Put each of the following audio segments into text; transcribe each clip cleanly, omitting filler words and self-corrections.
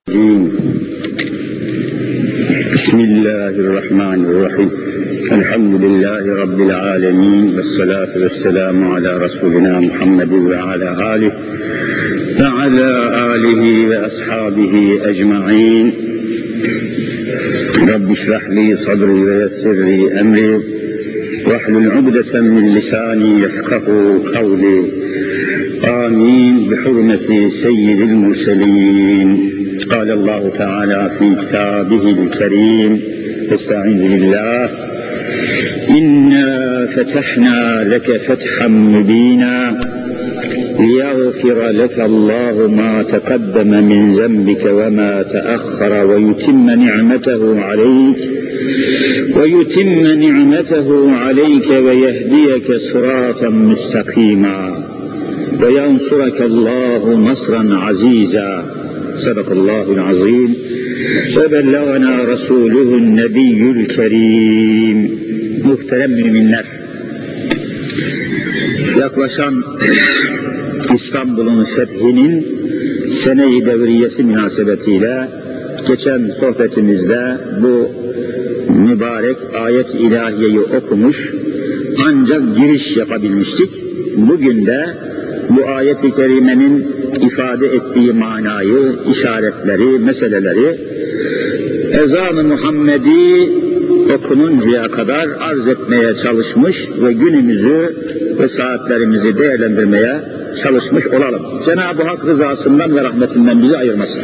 بسم الله الرحمن الرحيم الحمد لله رب العالمين والصلاة والسلام على رسولنا محمد وعلى آله وأصحابه أجمعين رب اشرح لي صدري ويسر لي أمري واحلل عقدة من لساني يفقه قولي آمين بحرمة سيد المرسلين. قال الله تعالى في كتابه الكريم استعيذ بالله إنا فتحنا لك فتحا مبينا ليغفر لك الله ما تقدم من ذنبك وما تأخر ويتم نعمته عليك ويهديك صراطا مستقيما وينصرك الله نصرا عزيزا. صدق الله العظيم وبلغنا رسوله النبي الكريم. Muhterem müminler, yaklaşan İstanbul'un fethinin sene-i devriyesi münasebetiyle geçen sohbetimizde bu mübarek ayet-i ilahiyeyi okumuş ancak giriş yapabilmiştik. Bugün de bu ayet-i kerimenin ifade ettiği manayı, işaretleri, meseleleri ezan-ı Muhammedi okununcaya kadar arz etmeye çalışmış ve günümüzü ve saatlerimizi değerlendirmeye çalışmış olalım. Cenab-ı Hak rızasından ve rahmetinden bizi ayırmasın.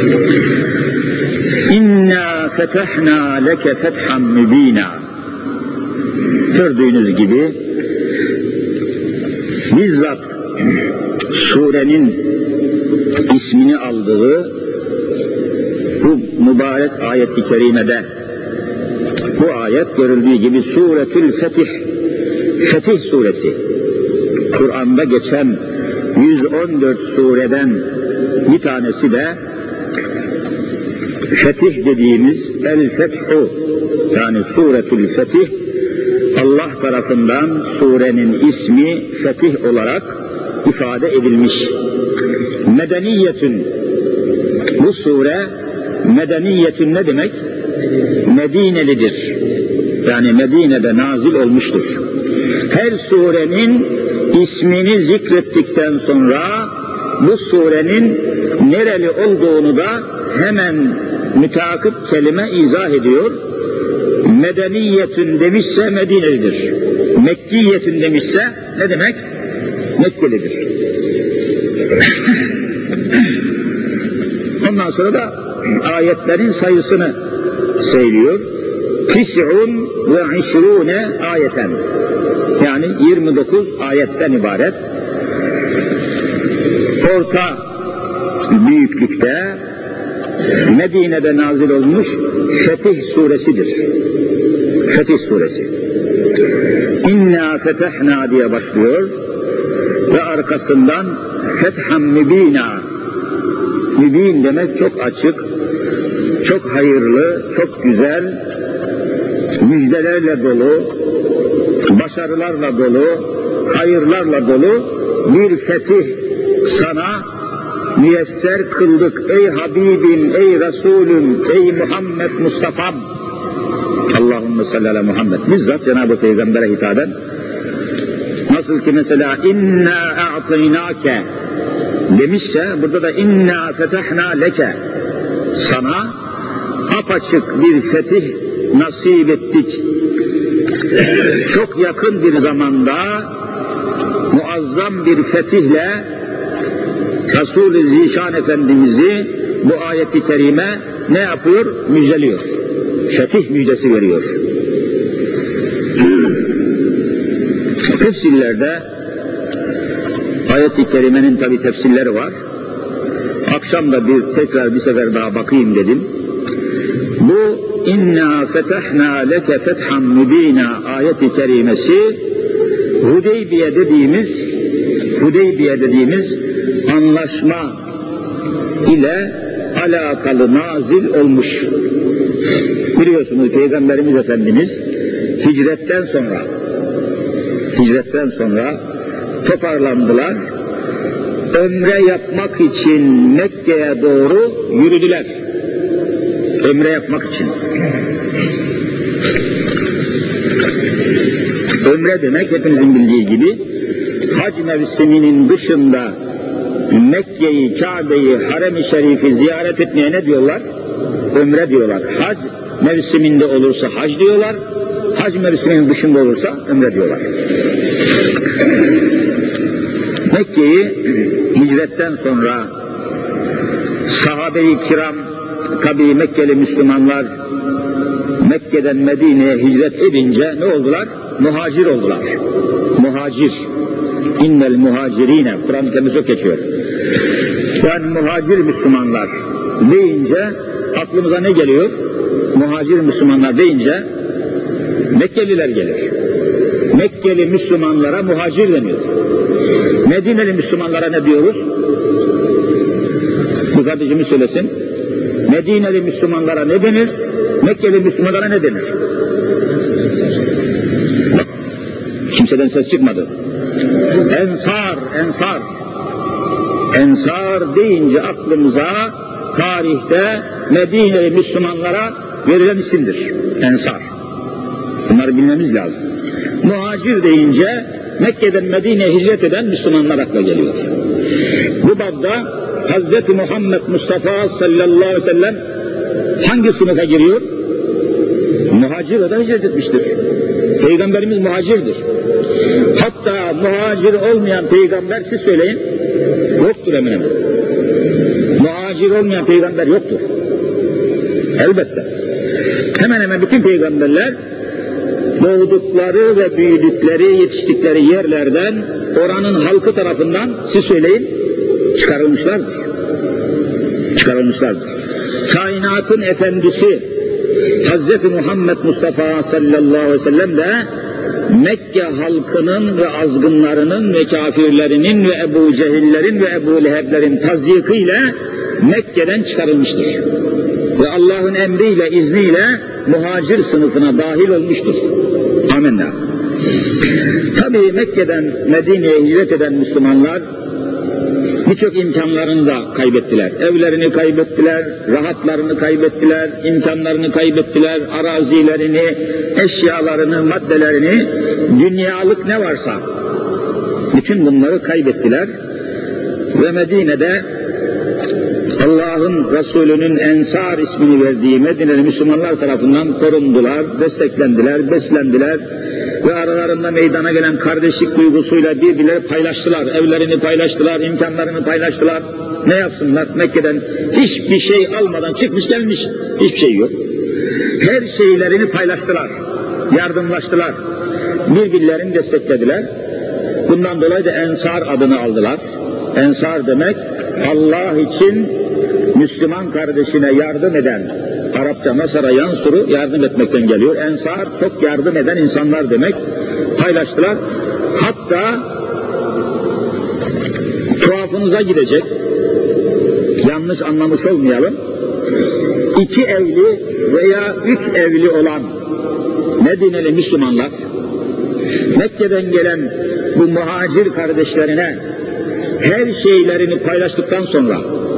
İnna fetahna leke fethan mübina. Gördüğünüz gibi bizzat surenin ismini aldığı bu mübarek ayet-i kerimede, bu ayet görüldüğü gibi Suretül Fetih, Fetih suresi, Kur'an'da geçen 114 sureden bir tanesi de Fetih dediğimiz El-Fethu, yani Suretül Fetih, Allah tarafından surenin ismi Fetih olarak ifade edilmiş. Medeniyetün, bu sure medeniyetün ne demek? Medinelidir. Yani Medine'de nazil olmuştur. Her surenin ismini zikrettikten sonra bu surenin nereli olduğunu da hemen müteakip kelime izah ediyor. Medeniyetün demişse Medinelidir. Mekkiyetün demişse ne demek? Mekkelidir. Ondan sonra da ayetlerin sayısını söylüyor. Tis'un ve işrûne ayeten. Yani 29 ayetten ibaret. Orta büyüklükte Medine'de nazil olmuş Fetih suresidir. Fetih suresi. İnna fetahna diye başlıyor ve arkasından fethan mübina. Mübin demek çok açık, çok hayırlı, çok güzel, müjdelerle dolu, başarılarla dolu, hayırlarla dolu bir fetih sana müyesser kıldık. Ey Habibim, ey Resulüm, ey Muhammed Mustafa'm. Allahümme salli ala Muhammed. Bizzat Cenab-ı Peygamber'e hitaben. Nasıl ki mesela inna a'taynake demişse burada da inna fetahna leke, sana apaçık bir fetih nasip ettik. Çok yakın bir zamanda muazzam bir fetihle Resul-i Zişan Efendimiz'i bu ayet-i kerime ne yapıyor? Müjdeliyor. Fetih müjdesi veriyor. Tefsirlerde ayet-i kerimenin tabi tefsirleri var. Akşam da tekrar bir sefer daha bakayım dedim. Bu inna fetahna leke fethan mübina ayet-i kerimesi Hudeybiye dediğimiz anlaşma ile alakalı nazil olmuş. Biliyorsunuz Peygamberimiz Efendimiz hicretten sonra toparlandılar. ömre yapmak için Mekke'ye doğru yürüdüler. Ömre yapmak için. Ömre demek hepinizin bildiği gibi hac mevsiminin dışında Mekke'yi, Kabe'yi, Harem-i Şerif'i ziyaret etmeye ne diyorlar? Ömre diyorlar. Hac mevsiminde olursa hac diyorlar. Hac mevsiminin dışında olursa ömre diyorlar. Mekke'yi hicretten sonra sahabe-i kiram, tabi Mekkeli Müslümanlar Mekke'den Medine'ye hicret edince ne oldular? Muhacir oldular. Muhacir. İnnel muhacirine. Kur'an-ı Kerim'de çok geçiyor. Yani muhacir Müslümanlar deyince aklımıza ne geliyor? Muhacir Müslümanlar deyince Mekkeliler gelir. Mekkeli Müslümanlara muhacir deniyor. Medineli Müslümanlara ne diyoruz? Bu kardeşimiz söylesin. Medineli Müslümanlara ne denir? Mekkeli Müslümanlara ne denir? Bak, kimseden ses çıkmadı. Ensar, ensar. Ensar deyince aklımıza tarihte Medineli Müslümanlara verilen isimdir. Ensar. Bunları bilmemiz lazım. Muhacir deyince Mekke'den Medine'ye hicret eden Müslümanlar akla geliyor. Bu babda Hz. Muhammed Mustafa sallallahu aleyhi ve sellem hangi sınıfa giriyor? Muhacir, o da hicret etmiştir. Peygamberimiz muhacirdir. Hatta muhacir olmayan peygamber, siz söyleyin, yoktur hemen hemen. Muhacir olmayan peygamber yoktur. Elbette. Hemen hemen bütün peygamberler doğdukları ve büyüdükleri, yetiştikleri yerlerden oranın halkı tarafından, siz söyleyin, çıkarılmışlardır. Çıkarılmışlardır. Kainatın efendisi Hz. Muhammed Mustafa sallallahu aleyhi ve sellem de Mekke halkının ve azgınlarının ve kafirlerinin ve Ebu Cehillerin ve Ebu Leheblerin tazyikiyle Mekke'den çıkarılmıştır. Ve Allah'ın emriyle, izniyle muhacir sınıfına dahil olmuştur. Amenna. Tabii Mekke'den Medine'ye hicret eden Müslümanlar birçok imkanlarını da kaybettiler. Evlerini kaybettiler, rahatlarını kaybettiler, imkanlarını kaybettiler, arazilerini, eşyalarını, maddelerini, dünyalık ne varsa bütün bunları kaybettiler. Ve Medine'de Allah'ın Resulü'nün Ensar ismini verdiği Medineli Müslümanlar tarafından korundular, desteklendiler, beslendiler ve aralarında meydana gelen kardeşlik duygusuyla birbirleri paylaştılar, evlerini paylaştılar, imkanlarını paylaştılar. Ne yapsınlar? Mekke'den hiçbir şey almadan çıkmış gelmiş, hiçbir şey yok. Her şeylerini paylaştılar, yardımlaştılar, birbirlerini desteklediler. Bundan dolayı da Ensar adını aldılar. Ensar demek Allah için Müslüman kardeşine yardım eden, Arapça nasara yansuru, yardım etmekten geliyor. Ensar çok yardım eden insanlar demek. Paylaştılar. Hatta tuhafınıza gidecek, yanlış anlamış olmayalım, 2 evli veya 3 evli olan Medineli Müslümanlar Mekke'den gelen bu muhacir kardeşlerine her şeylerini paylaştıktan sonra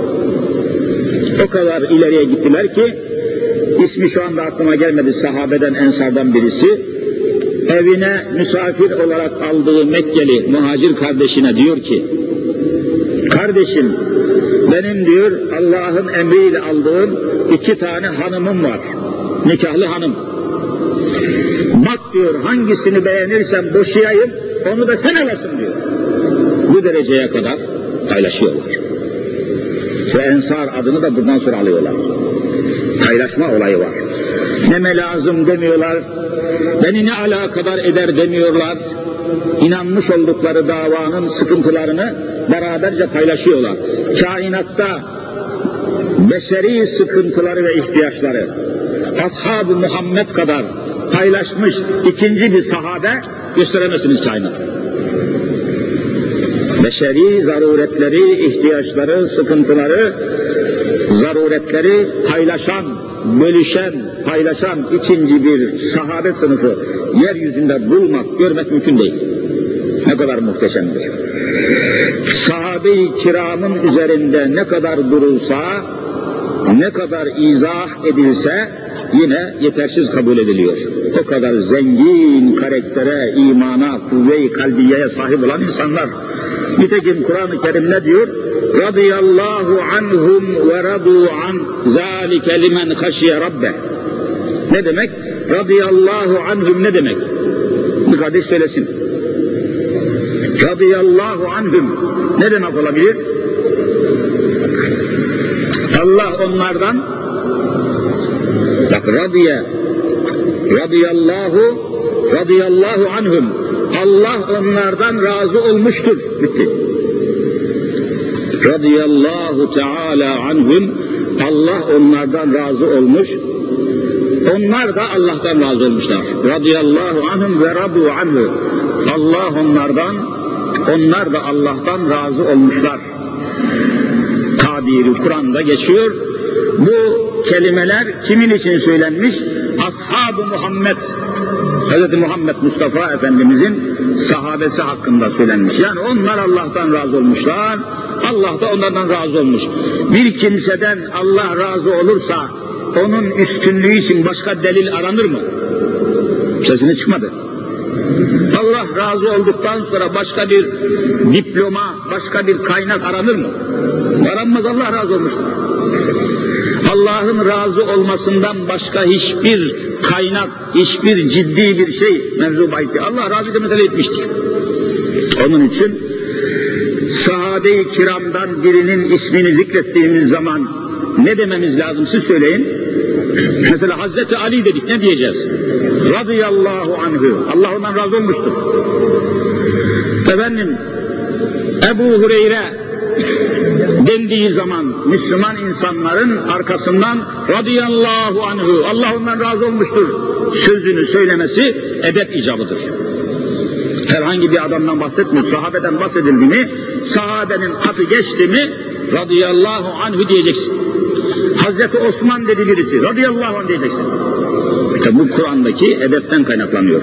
o kadar ileriye gittiler ki, ismi şu anda aklıma gelmedi, sahabeden, ensardan birisi, evine misafir olarak aldığı Mekkeli muhacir kardeşine diyor ki, kardeşim, benim diyor Allah'ın emriyle aldığım 2 tane hanımım var, nikahlı hanım. Bak diyor, hangisini beğenirsen boşayayım, onu da sen alasın diyor. Bu dereceye kadar paylaşıyorlar. Ve Ensar adını da buradan sonra alıyorlar. Paylaşma olayı var. Neme lazım demiyorlar, beni ne alakadar eder demiyorlar. İnanmış oldukları davanın sıkıntılarını beraberce paylaşıyorlar. Kainatta beşeri sıkıntıları ve ihtiyaçları Ashab-ı Muhammed kadar paylaşmış ikinci bir sahabe gösteremezsiniz kainatta. Beşeri zaruretleri, ihtiyaçları, sıkıntıları, zaruretleri paylaşan, bölüşen, paylaşan ikinci bir sahabe sınıfı yeryüzünde bulmak, görmek mümkün değil. Ne kadar muhteşemdir. Sahabe-i kiramın üzerinde ne kadar durulsa, ne kadar izah edilse yine yetersiz kabul ediliyor. O kadar zengin karaktere, imana, kuvve-i kalbiyeye sahip olan insanlar. Nitekim Kur'an-ı Kerim ne diyor? Radıyallahu anhum ve radu an zâlike limen haşiye rabbe. Ne demek? Radıyallahu anhum ne demek? Bir kardeş söylesin. Radıyallahu anhum ne demek olabilir? Allah onlardan, bak radıyallahu anhum, Allah onlardan razı olmuştur. Bitti. Radıyallahu teala anhum, Allah onlardan razı olmuş. Onlar da Allah'tan razı olmuşlar. Radıyallahu anhum ve radu anhu. Allah onlardan, onlar da Allah'tan razı olmuşlar. Tabiri Kur'an'da geçiyor. Bu kelimeler kimin için söylenmiş? Ashab-ı Muhammed, Hz. Muhammed Mustafa Efendimizin sahabesi hakkında söylenmiş. Yani onlar Allah'tan razı olmuşlar, Allah da onlardan razı olmuş. Bir kimseden Allah razı olursa onun üstünlüğü için başka delil aranır mı? Sesini çıkmadı. Allah razı olduktan sonra başka bir diploma, başka bir kaynak aranır mı? Aranmaz, Allah razı olmuştur. Allah'ın razı olmasından başka hiçbir kaynak, hiçbir ciddi bir şey mevzu bahis değil. Allah razı ise mesele etmiştir. Onun için sahabe-i kiramdan birinin ismini zikrettiğimiz zaman ne dememiz lazım? Siz söyleyin. Mesela Hazreti Ali dedik, ne diyeceğiz? Radıyallahu anhu. Allah ondan razı olmuştur. Efendim, Ebu Hureyre dendiği zaman Müslüman insanların arkasından radıyallahu anhu, Allah ondan razı olmuştur sözünü söylemesi edep icabıdır. Herhangi bir adamdan bahsetmiyor, sahabeden bahsedildi mi, sahabenin adı geçti mi radıyallahu anhu diyeceksin. Hazreti Osman dedi birisi, radıyallahu anh diyeceksin. İşte bu Kur'an'daki edepten kaynaklanıyor.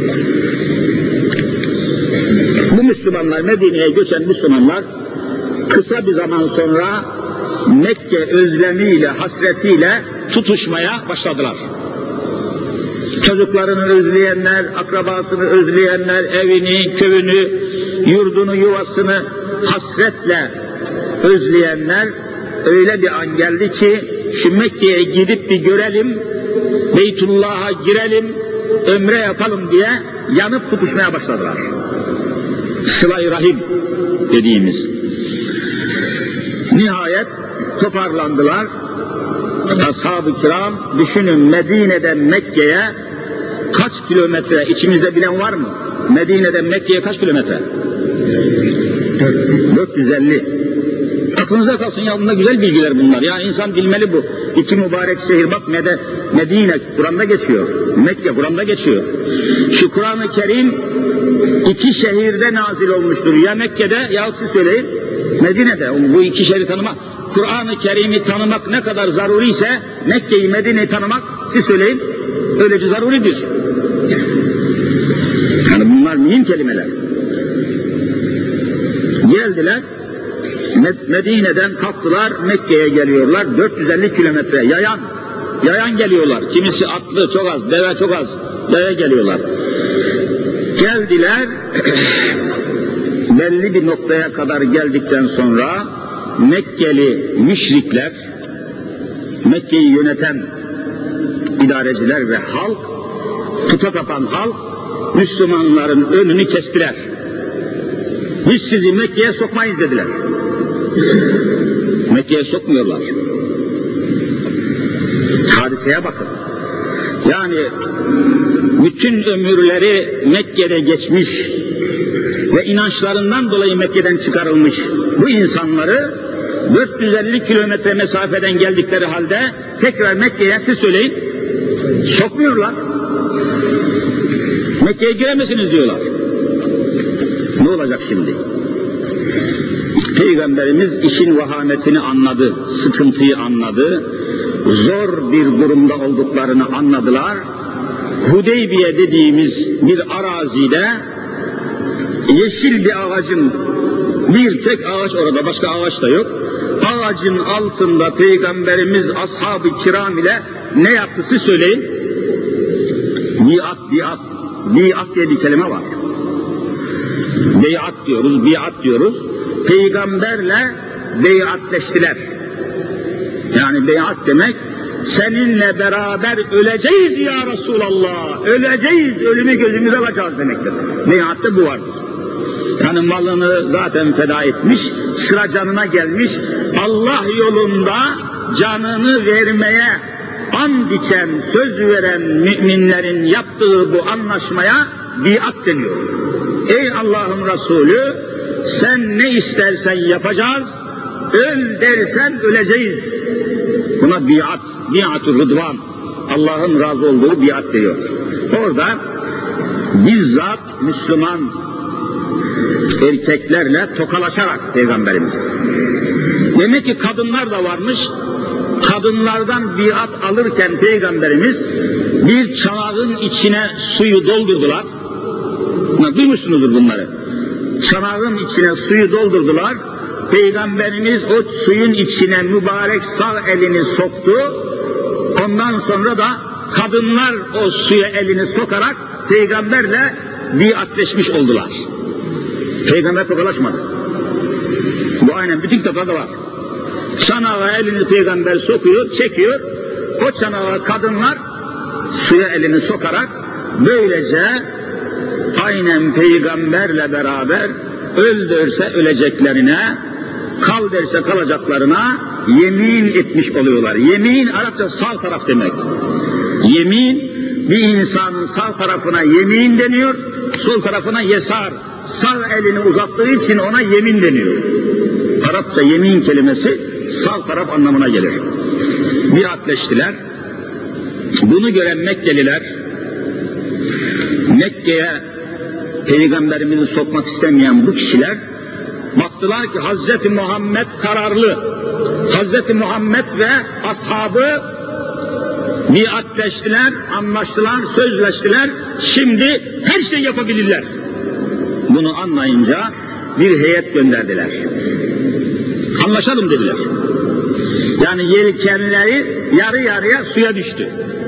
Bu Müslümanlar, Medine'ye göçen Müslümanlar kısa bir zaman sonra Mekke özlemiyle, hasretiyle tutuşmaya başladılar. Çocuklarını özleyenler, akrabasını özleyenler, evini, köyünü, yurdunu, yuvasını hasretle özleyenler, öyle bir an geldi ki şu Mekke'ye gidip bir görelim, Beytullah'a girelim, ömre yapalım diye yanıp tutuşmaya başladılar. Sıla-i Rahim dediğimiz. Nihayet toparlandılar. Ashab-ı kiram, düşünün Medine'den Mekke'ye kaç kilometre, içimizde bilen var mı? Medine'den Mekke'ye kaç kilometre? 450. Aklınızda kalsın ya, bunlar güzel bilgiler bunlar. Yani insan bilmeli bu. İki mübarek şehir, bak Medine Kur'an'da geçiyor. Mekke Kur'an'da geçiyor. Şu Kur'an-ı Kerim iki şehirde nazil olmuştur. Ya Mekke'de yahut siz söyleyin Medine'de. Bu iki şehri tanımak, Kur'an-ı Kerim'i tanımak ne kadar zaruri ise Mekke'yi, Medine'yi tanımak, siz söyleyin, öylece zaruridir. Yani bunlar mühim kelimeler. Geldiler, Medine'den kalktılar, Mekke'ye geliyorlar, 450 kilometre yayan geliyorlar. Kimisi atlı çok az, deve çok az, yaya geliyorlar. Geldiler, belli bir noktaya kadar geldikten sonra Mekkeli müşrikler, Mekke'yi yöneten idareciler ve halk, puta tapan halk, Müslümanların önünü kestiler. Biz sizi Mekke'ye sokmayız dediler. Mekke'ye sokmuyorlar. Hadiseye bakın. Yani bütün ömürleri Mekke'de geçmiş ve inançlarından dolayı Mekke'den çıkarılmış bu insanları 450 kilometre mesafeden geldikleri halde tekrar Mekke'ye, siz söyleyin, sokmuyorlar. Mekke'ye giremezsiniz diyorlar. Ne olacak şimdi? Peygamberimiz işin vahametini anladı, sıkıntıyı anladı, zor bir durumda olduklarını anladılar. Hudeybiye dediğimiz bir arazide yeşil bir ağacın, bir tek ağaç orada, başka ağaç da yok. Ağacın altında Peygamberimiz ashab-ı kiram ile ne yaptı siz söyleyin? Biat diye bir kelime var. Beyat diyoruz, biat diyoruz. Peygamberle beyatleştiler. Yani beyat demek, seninle beraber öleceğiz ya Resulallah, öleceğiz, ölümü gözümüze alacağız demektir. Beyatte bu vardır. Yani malını zaten feda etmiş, sıra canına gelmiş, Allah yolunda canını vermeye and içen, söz veren müminlerin yaptığı bu anlaşmaya biat deniyor. Ey Allah'ın Resulü, sen ne istersen yapacağız, öl dersen öleceğiz. Buna biat, biat-ı rıdvan, Allah'ın razı olduğu biat diyor. Orada bizzat Müslüman erkeklerle tokalaşarak Peygamberimiz. Demek ki kadınlar da varmış. Kadınlardan biat alırken Peygamberimiz bir çanağın içine suyu doldurdular. Duymuşsunuzdur bunları. Çanağın içine suyu doldurdular. Peygamberimiz o suyun içine mübarek sağ elini soktu. Ondan sonra da kadınlar o suya elini sokarak Peygamberle biatleşmiş oldular. Peygamber tokalaşmadı. Bu aynen bütün kitaplarda var. Çanağa elini Peygamber sokuyor, çekiyor. O çanağa kadınlar suya elini sokarak böylece aynen Peygamberle beraber öl derse öleceklerine, kal derse kalacaklarına yemin etmiş oluyorlar. Yemin Arapça sağ taraf demek. Yemin, bir insanın sağ tarafına yemin deniyor, sol tarafına yesar. Sağ elini uzattığı için ona yemin deniyor. Arapça yemin kelimesi sağ taraf anlamına gelir. Biatleştiler. Bunu gören Mekkeliler, Mekke'ye Peygamberimizi sokmak istemeyen bu kişiler baktılar ki Hazreti Muhammed kararlı. Hazreti Muhammed ve ashabı biatleştiler, anlaştılar, sözleştiler. Şimdi her şey yapabilirler. Bunu anlayınca bir heyet gönderdiler. Anlaşalım dediler. Yani yelkenleri yarı yarıya suya düştü.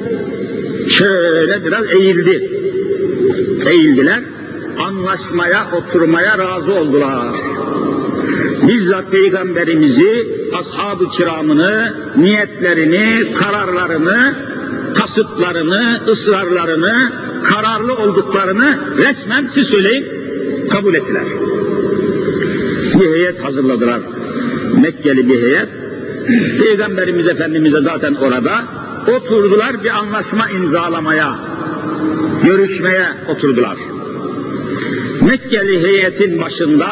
Şöyle biraz eğildi. Eğildiler. Anlaşmaya, oturmaya razı oldular. Bizzat Peygamberimizi, ashab-ı kiramını, niyetlerini, kararlarını, kasıtlarını, ısrarlarını, kararlı olduklarını resmen siz söyleyin, kabul ettiler. Bir heyet hazırladılar. Mekkeli bir heyet. Peygamberimiz Efendimiz'e zaten orada oturdular, bir anlaşma imzalamaya, görüşmeye oturdular. Mekkeli heyetin başında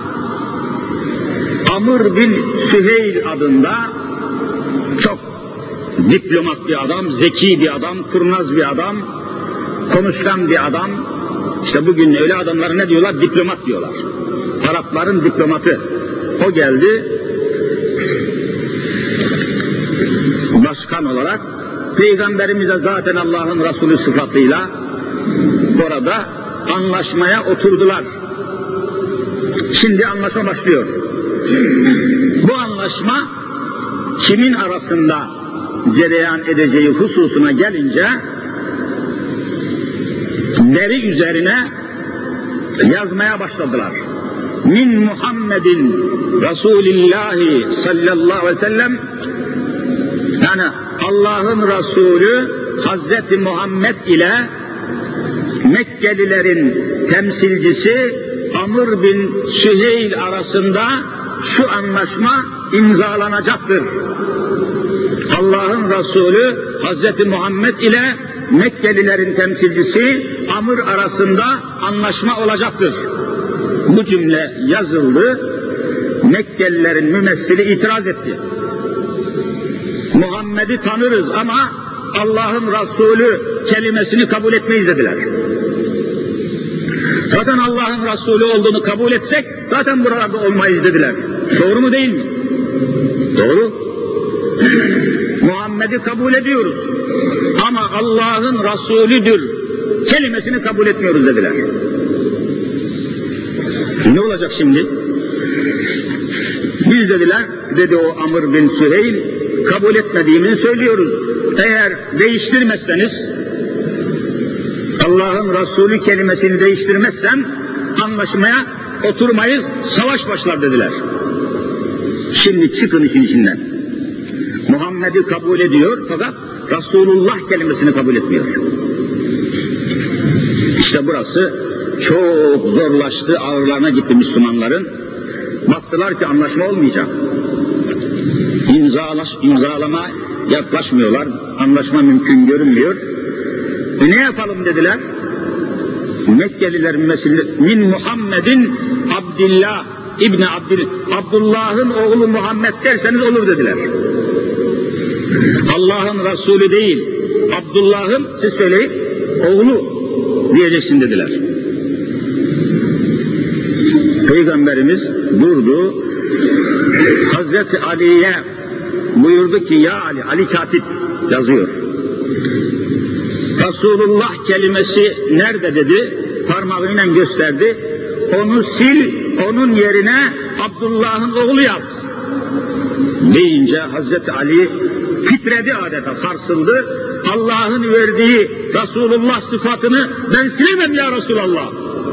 Amr bin Süheyl adında çok diplomat bir adam, zeki bir adam, kurnaz bir adam, konuşkan bir adam. İşte bugün öyle adamlara ne diyorlar? Diplomat diyorlar. Arapların diplomatı. O geldi başkan olarak. Peygamberimize zaten Allah'ın Resulü sıfatıyla orada anlaşmaya oturdular. Şimdi anlaşma başlıyor. Bu anlaşma kimin arasında cereyan edeceği hususuna gelince deri üzerine yazmaya başladılar. Min Muhammedin Resulillahi sallallahu aleyhi ve sellem, yani Allah'ın Resulü Hazreti Muhammed ile Mekkelilerin temsilcisi Amr bin Süheyl arasında şu anlaşma imzalanacaktır. Allah'ın Resulü Hazreti Muhammed ile Mekkelilerin temsilcisi Amr arasında anlaşma olacaktır. Bu cümle yazıldı. Mekkelilerin mümessili itiraz etti. Muhammed'i tanırız ama Allah'ın Resulü kelimesini kabul etmeyiz dediler. Zaten Allah'ın Resulü olduğunu kabul etsek zaten buralarda olmayız dediler. Doğru mu değil mi? Doğru. Muhammed'i kabul ediyoruz ama Allah'ın Resulüdür kelimesini kabul etmiyoruz dediler. Ne olacak şimdi? Biz dediler, dedi o Amr bin Süheyl, kabul etmediğimizi söylüyoruz. Eğer değiştirmezseniz, Allah'ın Resulü kelimesini değiştirmezsen anlaşmaya oturmayız, savaş başlar dediler. Şimdi çıkın işin içinden. Muhammed'i kabul ediyor fakat Resulullah kelimesini kabul etmiyor. İşte burası çok zorlaştı, ağırlarına gitti Müslümanların. Baktılar ki anlaşma olmayacak. İmzalama yaklaşmıyorlar, anlaşma mümkün görünmüyor. Ne yapalım dediler. Mekkeliler min Muhammed'in Abdillah İbni Abdullah'ın oğlu Muhammed derseniz olur dediler. Allah'ın Resulü değil, Abdullah'ın siz söyleyin oğlu diyeceksin dediler. Peygamberimiz durdu, Hazreti Ali'ye buyurdu ki ya Ali, Ali katip yazıyor. Resulullah kelimesi nerede dedi, parmağıyla gösterdi, onu sil, onun yerine Abdullah'ın oğlu yaz. Deyince Hazreti Ali titredi adeta, sarsıldı. Allah'ın verdiği Resulullah sıfatını ben silemem ya Resulallah.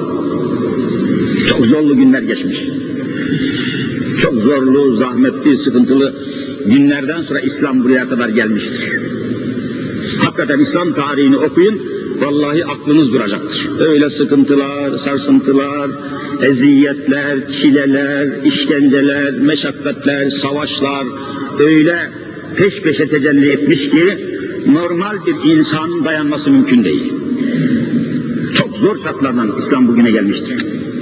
Çok zorlu günler geçmiş. Çok zorlu, zahmetli, sıkıntılı günlerden sonra İslam buraya kadar gelmiştir. Hakikaten İslam tarihini okuyun, vallahi aklınız duracaktır. Öyle sıkıntılar, sarsıntılar, eziyetler, çileler, işkenceler, meşakkatler, savaşlar öyle peş peşe tecelli etmiş ki normal bir insanın dayanması mümkün değil. Çok zor şartlardan İslam bugüne gelmiştir.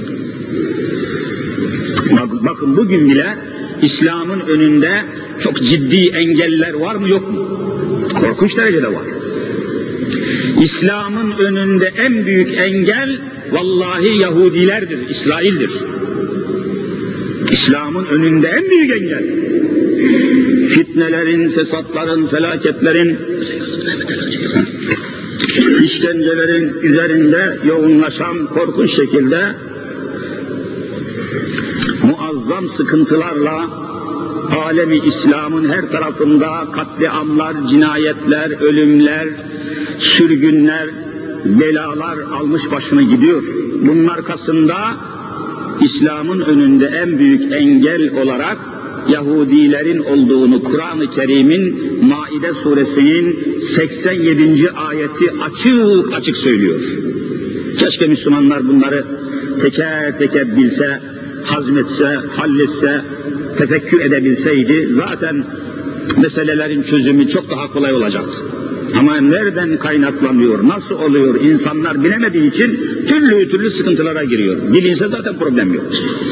Bakın bugün bile İslam'ın önünde çok ciddi engeller var mı yok mu? Korkunç derecede var. İslam'ın önünde en büyük engel vallahi Yahudilerdir, İsrail'dir. İslam'ın önünde en büyük engel. Fitnelerin, fesatların, felaketlerin, işkencelerin üzerinde yoğunlaşan korkunç şekilde muazzam sıkıntılarla alemi İslam'ın her tarafında katliamlar, cinayetler, ölümler, sürgünler, belalar almış başını gidiyor. Bunun arkasında İslam'ın önünde en büyük engel olarak Yahudilerin olduğunu Kur'an-ı Kerim'in Maide suresinin 87. ayeti açık açık söylüyor. Keşke Müslümanlar bunları teker teker bilse, hazmetse, halletse, tefekkür edebilseydi zaten meselelerin çözümü çok daha kolay olacaktı. Ama nereden kaynaklanıyor, nasıl oluyor insanlar bilemediği için türlü türlü sıkıntılara giriyor. Bilinse zaten problem yok.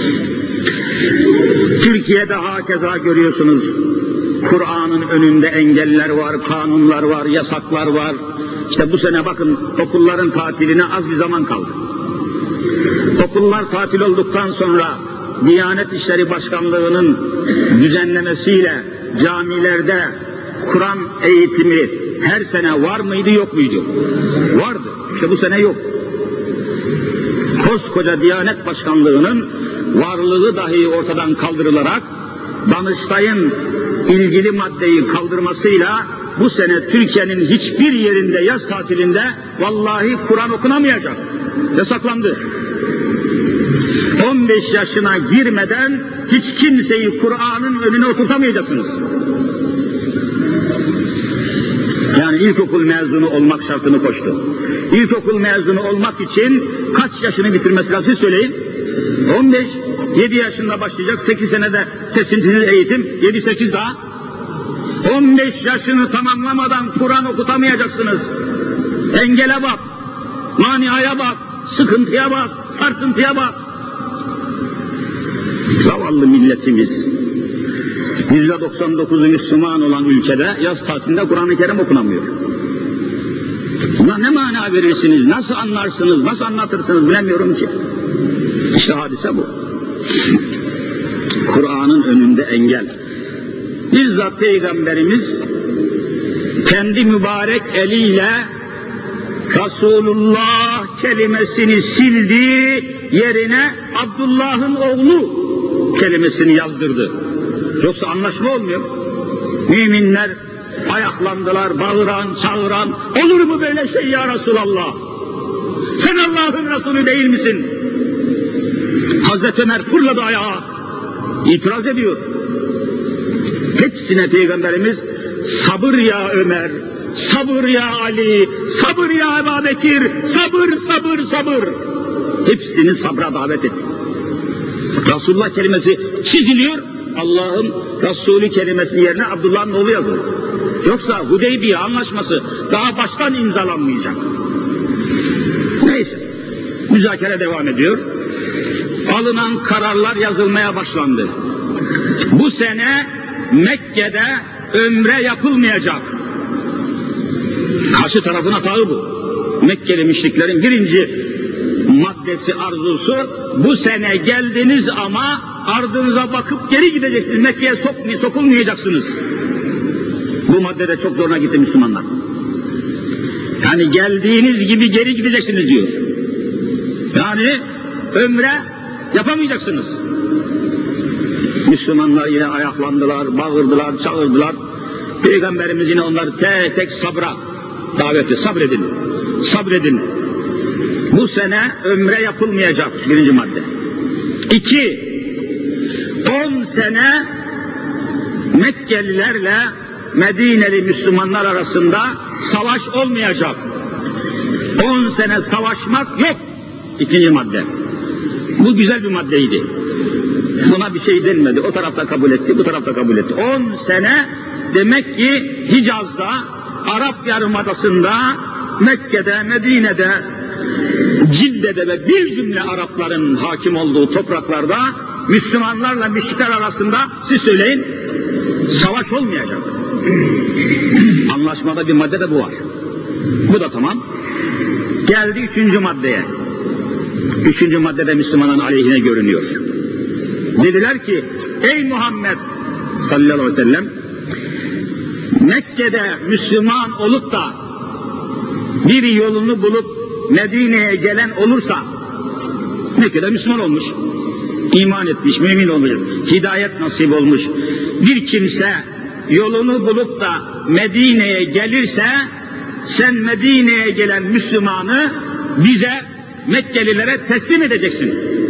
Türkiye'de hakeza görüyorsunuz. Kur'an'ın önünde engeller var, kanunlar var, yasaklar var. İşte bu sene bakın okulların tatiline az bir zaman kaldı. Okullar tatil olduktan sonra Diyanet İşleri Başkanlığı'nın düzenlemesiyle camilerde Kur'an eğitimi her sene var mıydı yok muydu? Vardı. İşte bu sene yok. Koskoca Diyanet Başkanlığı'nın varlığı dahi ortadan kaldırılarak Danıştay'ın ilgili maddeyi kaldırmasıyla bu sene Türkiye'nin hiçbir yerinde yaz tatilinde vallahi Kur'an okunamayacak. Yasaklandı. 15 yaşına girmeden hiç kimseyi Kur'an'ın önüne oturtamayacaksınız. Yani ilkokul mezunu olmak şartını koştu. İlkokul mezunu olmak için kaç yaşını bitirmesi lazım siz söyleyin. 15, 7 yaşında başlayacak, 8 senede kesintisiz eğitim, 7-8 daha. 15 yaşını tamamlamadan Kur'an okutamayacaksınız. Engele bak, maniaya bak, sıkıntıya bak, sarsıntıya bak. Zavallı milletimiz, %99'u Müslüman olan ülkede yaz tatilinde Kur'an-ı Kerim okunamıyor. Buna ne mana verirsiniz, nasıl anlarsınız, nasıl anlatırsınız bilemiyorum ki. İşte hadise bu. Kur'an'ın önünde engel. Bizzat Peygamberimiz kendi mübarek eliyle Resulullah kelimesini sildi, yerine Abdullah'ın oğlu kelimesini yazdırdı. Yoksa anlaşma olmuyor. Müminler ayaklandılar, bağıran, çağıran, olur mu böyle şey ya Resulallah? Sen Allah'ın Resulü değil misin? Hazreti Ömer fırladı ayağa, itiraz ediyor. Hepsine Peygamberimiz sabır ya Ömer, sabır ya Ali, sabır ya Ebu Bekir, sabır, sabır, sabır. Hepsini sabra davet etti. Resulullah kelimesi çiziliyor, Allah'ın Resulü kelimesinin yerine Abdullah'ın oğlu yazılıyor. Yoksa Hudeybiye anlaşması daha baştan imzalanmayacak. Neyse, müzakere devam ediyor. Alınan kararlar yazılmaya başlandı. Bu sene Mekke'de ömre yapılmayacak. Karşı tarafın hatağı bu. Mekkeli müşriklerin birinci maddesi, arzusu, bu sene geldiniz ama ardınıza bakıp geri gideceksiniz. Mekke'ye sokulmayacaksınız. Bu maddede çok zoruna gitti Müslümanlar. Yani geldiğiniz gibi geri gideceksiniz diyor. Yani ömre yapamayacaksınız. Müslümanlar yine ayaklandılar, bağırdılar, çağırdılar. Peygamberimiz yine onları tek tek sabra davet etti. Sabredin, sabredin. Bu sene ömre yapılmayacak, birinci madde. 2, 10 sene Mekkelilerle Medineli Müslümanlar arasında savaş olmayacak. 10 sene savaşmak yok. 2. madde. Bu güzel bir maddeydi. Buna bir şey denmedi. O tarafta kabul etti, bu tarafta kabul etti. 10 sene demek ki Hicaz'da, Arap Yarımadası'nda, Mekke'de, Medine'de, Cidde'de ve bir cümle Arapların hakim olduğu topraklarda Müslümanlarla müşrikler arasında, siz söyleyin, savaş olmayacak. Anlaşmada bir madde de bu var. Bu da tamam. Geldi 3. maddeye. 3. maddede Müslümanın aleyhine görünüyor. Dediler ki, ey Muhammed sallallahu aleyhi ve sellem, Mekke'de Müslüman olup da bir yolunu bulup Medine'ye gelen olursa, Mekke'de Müslüman olmuş, iman etmiş, mümin olmuş, hidayet nasip olmuş bir kimse yolunu bulup da Medine'ye gelirse, sen Medine'ye gelen Müslümanı bize, Mekkelilere teslim edeceksin.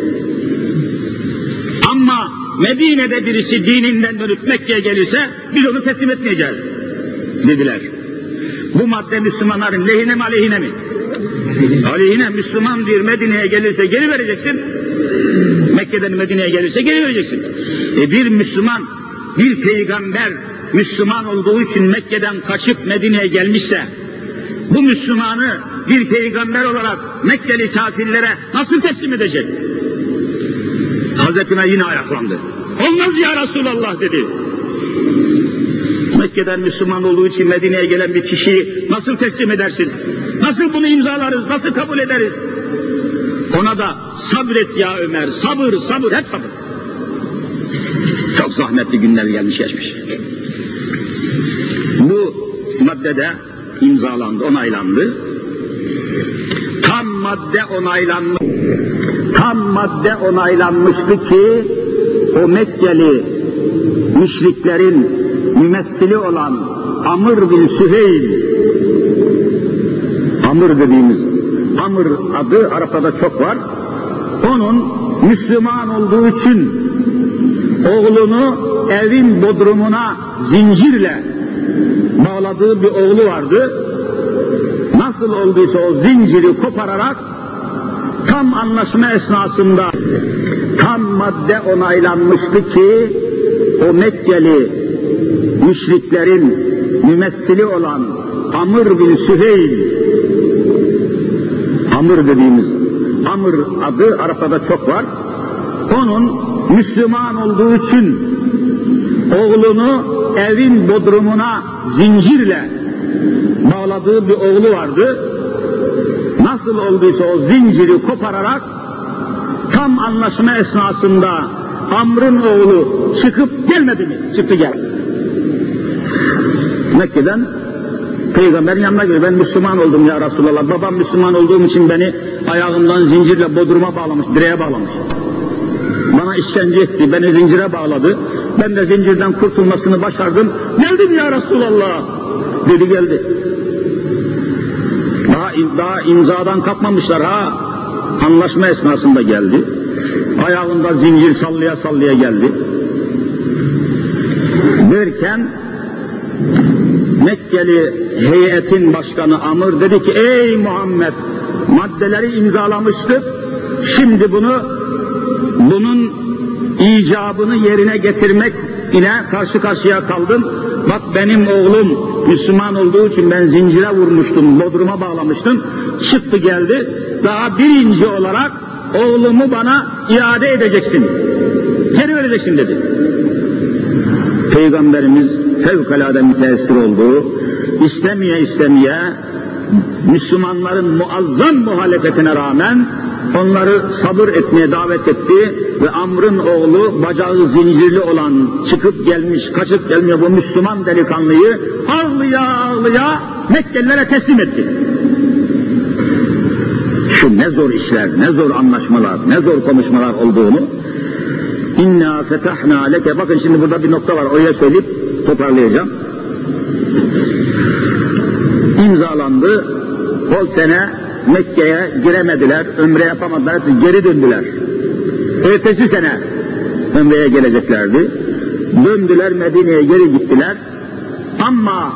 Ama Medine'de birisi dininden dönüp Mekke'ye gelirse biz onu teslim etmeyeceğiz dediler. Bu madde Müslümanların lehine mi aleyhine mi? Aleyhine. Müslüman bir Medine'ye gelirse geri vereceksin. Mekke'den Medine'ye gelirse geri vereceksin. Bir Müslüman, bir peygamber Müslüman olduğu için Mekke'den kaçıp Medine'ye gelmişse, bu Müslümanı bir peygamber olarak Mekkeli kafirlere nasıl teslim edecek? Hazreti Ömer yine ayaklandı. Olmaz ya Resulallah dedi. Mekke'den Müslüman olduğu için Medine'ye gelen bir kişiyi nasıl teslim edersiniz? Nasıl bunu imzalarız? Nasıl kabul ederiz? Ona da sabret ya Ömer, sabır, sabır, hep sabır. Çok zahmetli günler gelmiş geçmiş. Bu maddede imzalandı, onaylandı. Tam madde onaylanmıştı ki o Mekkeli müşriklerin mümessili olan Amr bin Süheyl, Amr dediğimiz, Amr adı Arap'ta çok var. Onun Müslüman olduğu için oğlunu evin bodrumuna zincirle bağladığı bir oğlu vardı. Nasıl olduysa o zinciri kopararak tam anlaşma esnasında tam madde onaylanmıştı ki o Mekkeli müşriklerin mümessili olan Amr bin Süheyl, Amr dediğimiz, Amr adı Arap'ta çok var. Onun Müslüman olduğu için oğlunu evin bodrumuna zincirle bağladığı bir oğlu vardı. Nasıl olduysa o zinciri kopararak tam anlaşma esnasında Amr'ın oğlu çıkıp gelmedi mi? Çıktı geldi. Mekke'den Peygamberin yanına geliyor. Ben Müslüman oldum ya Resulallah. Babam Müslüman olduğum için beni ayağımdan zincirle bodruma bağlamış, direğe bağlamış. Bana işkence etti, beni zincire bağladı. Ben de zincirden kurtulmasını başardım. Geldim ya Resulallah. Dedi geldi. Daha imzadan kapmamışlar ha. Anlaşma esnasında geldi. Ayağında zincir sallaya sallaya geldi. Derken Mekkeli heyetin başkanı Amr dedi ki ey Muhammed, maddeleri imzalamıştık. Şimdi bunun icabını yerine getirmek ile karşı karşıya kaldım. Bak benim oğlum Müslüman olduğu için ben zincire vurmuştum, bodruma bağlamıştım. Çıktı geldi. Daha birinci olarak oğlumu bana iade edeceksin. Geri vereceksin dedi. Peygamberimiz fevkalade müteessir oldu. İstemeye Müslümanların muazzam muhalefetine rağmen onları sabır etmeye davet etti ve Amr'ın oğlu bacağı zincirli olan çıkıp gelmiş, kaçıp gelmiyor bu Müslüman delikanlıyı ağlıya Mekkelilere teslim etti. Şu ne zor işler, ne zor anlaşmalar, ne zor konuşmalar olduğunu İnna fetahna leke, bakın şimdi burada bir nokta var, oraya söyleyip toparlayacağım. İmzalandı, o sene Mekke'ye giremediler, ömre yapamadılar, geri döndüler. Ertesi sene ömreye geleceklerdi. Döndüler, Medine'ye geri gittiler. Ama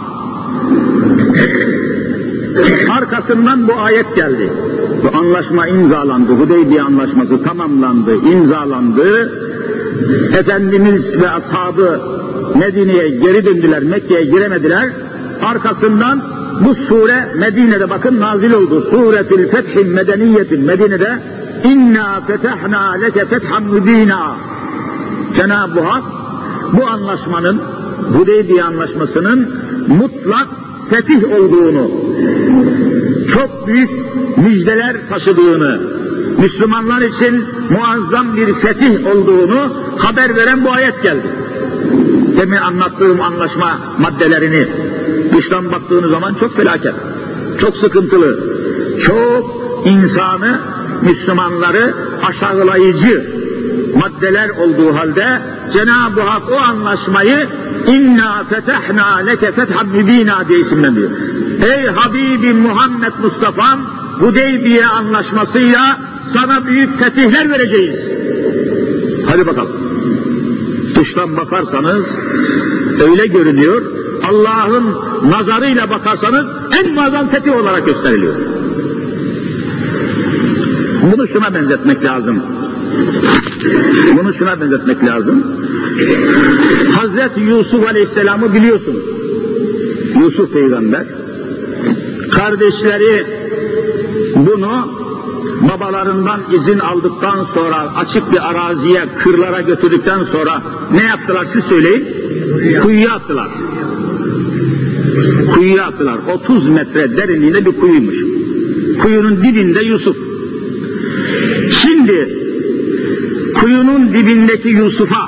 arkasından bu ayet geldi. Bu anlaşma imzalandı, Hudeybiye anlaşması tamamlandı, imzalandı. Efendimiz ve ashabı Medine'ye geri döndüler, Mekke'ye giremediler. Arkasından bu sure Medine'de bakın nazil oldu. Suretül Feth'in Medeniyetin, Medine'de İnna fetahna leke fethan mübina. Cenab-ı Hak bu anlaşmanın, Hudeybiye anlaşmasının mutlak fetih olduğunu, çok büyük müjdeler taşıdığını, Müslümanlar için muazzam bir fetih olduğunu haber veren bu ayet geldi. Demin anlattığım anlaşma maddelerini dıştan baktığınız zaman çok felaket, çok sıkıntılı, çok insanı, Müslümanları aşağılayıcı maddeler olduğu halde Cenab-ı Hak o anlaşmayı İnna fetahna leke fethan mübina diye isimlendiriyor. Ey Habibim Muhammed Mustafa'm, Hudeybiye anlaşmasıyla sana büyük fetihler vereceğiz. Hadi bakalım. Dıştan bakarsanız öyle görünüyor, Allah'ın nazarıyla bakarsanız en muazzam fetih olarak gösteriliyor. Bunu şuna benzetmek lazım. Hazreti Yusuf Aleyhisselam'ı biliyorsunuz. Yusuf Peygamber. Kardeşleri bunu babalarından izin aldıktan sonra açık bir araziye, kırlara götürdükten sonra ne yaptılar siz söyleyin? Kuyuya attılar. 30 metre derinliğinde bir kuyuymuş. Kuyunun dibinde Yusuf. Şimdi kuyunun dibindeki Yusuf'a,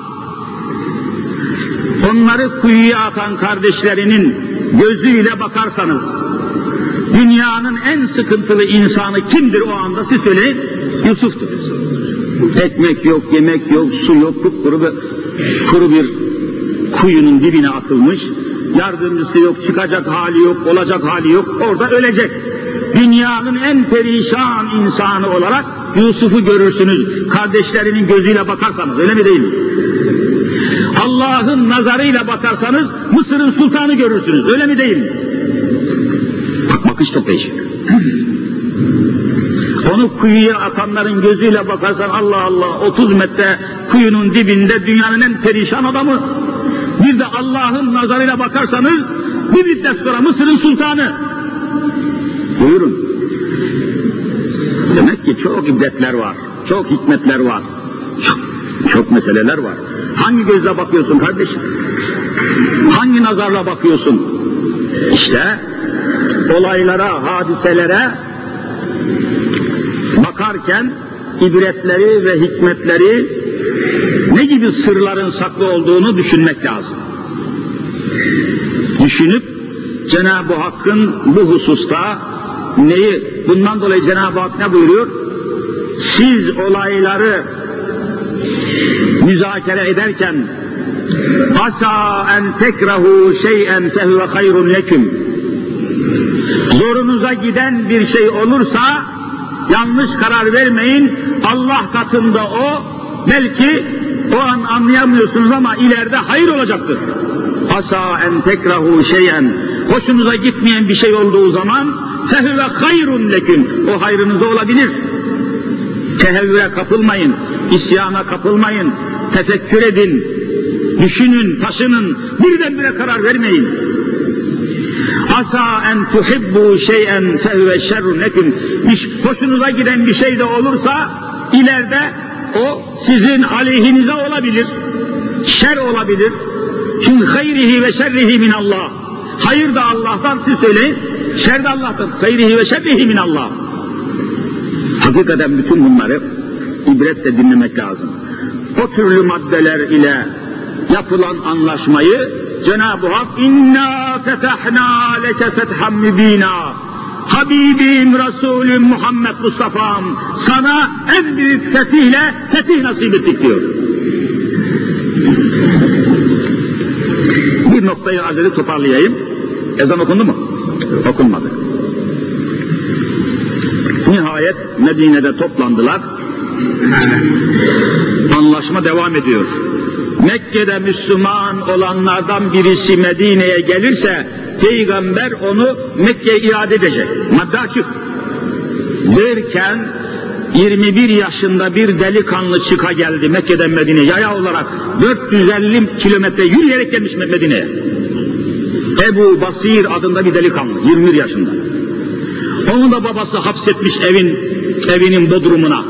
onları kuyuya atan kardeşlerinin gözüyle bakarsanız, dünyanın en sıkıntılı insanı kimdir o anda siz söyleyin? Yusuf'tur. Ekmek yok, yemek yok, su yok, kuru bir kuyunun dibine atılmış, yardımcısı yok, çıkacak hali yok, olacak hali yok, orada ölecek. Dünyanın en perişan insanı olarak Yusuf'u görürsünüz, kardeşlerinin gözüyle bakarsanız, öyle mi değil mi? Allah'ın nazarıyla bakarsanız Mısır'ın sultanı görürsünüz, öyle mi değil mi? Bakış çok değişik. Onu kuyuya atanların gözüyle bakarsan Allah Allah, 30 metre kuyunun dibinde dünyanın en perişan adamı. Bir de Allah'ın nazarıyla bakarsanız bir müddet sonra Mısır'ın sultanı. Buyurun. Demek ki çok ibretler var, çok hikmetler var, çok meseleler var. Hangi gözle bakıyorsun kardeşim? Hangi nazarla bakıyorsun? İşte olaylara, hadiselere bakarken ibretleri ve hikmetleri, ne gibi sırların saklı olduğunu düşünmek lazım. Düşünüp Cenab-ı Hakk'ın bu hususta neyi, bundan dolayı Cenab-ı Hak ne buyuruyor? Siz olayları müzakere ederken asa en tekrahu şey'en fehuve hayrun leküm, zorunuza giden bir şey olursa yanlış karar vermeyin, Allah katında o belki o an anlayamıyorsunuz ama ileride hayır olacaktır. Asa en tekrahu şey'en, hoşunuza gitmeyen bir şey olduğu zaman fehuve hayrun leküm, o hayrınıza olabilir. Tehevvüre kapılmayın, isyana kapılmayın, tefekkür edin, düşünün, taşının, birdenbire karar vermeyin. Asa en tuhibbu şey'en fehuve şerrun leküm, hoşunuza giden bir şey de olursa ileride o sizin aleyhinize olabilir, şer olabilir. Çünkü hayrihi ve şerrihi minallah. Hayır da Allah'tan, siz söyleyin, şer de Allah'tan. Hayrihi ve şerrihi minallah. Hakikaten bütün bunları ibretle dinlemek lazım. O türlü maddeler ile yapılan anlaşmayı Cenab-ı Hak inna fetahna leke fethan mübina, Habibim Resulüm Muhammed Mustafa'm, sana en büyük fetihle fetih nasip ettik diyor. Bir noktayı arz edip toparlayayım. Ezan okundu mu? Okunmadı. Nihayet Medine'de toplandılar. Anlaşma devam ediyor. Mekke'de Müslüman olanlardan birisi Medine'ye gelirse Peygamber onu Mekke'ye iade edecek. Madde açık. Derken 21 yaşında bir delikanlı çıka geldi Mekke'den Medine'ye. Yaya olarak 450 kilometre yürüyerek gelmiş Medine'ye. Ebu Basir adında bir delikanlı, 21 yaşında. Onu da babası hapsetmiş evinin bodrumuna.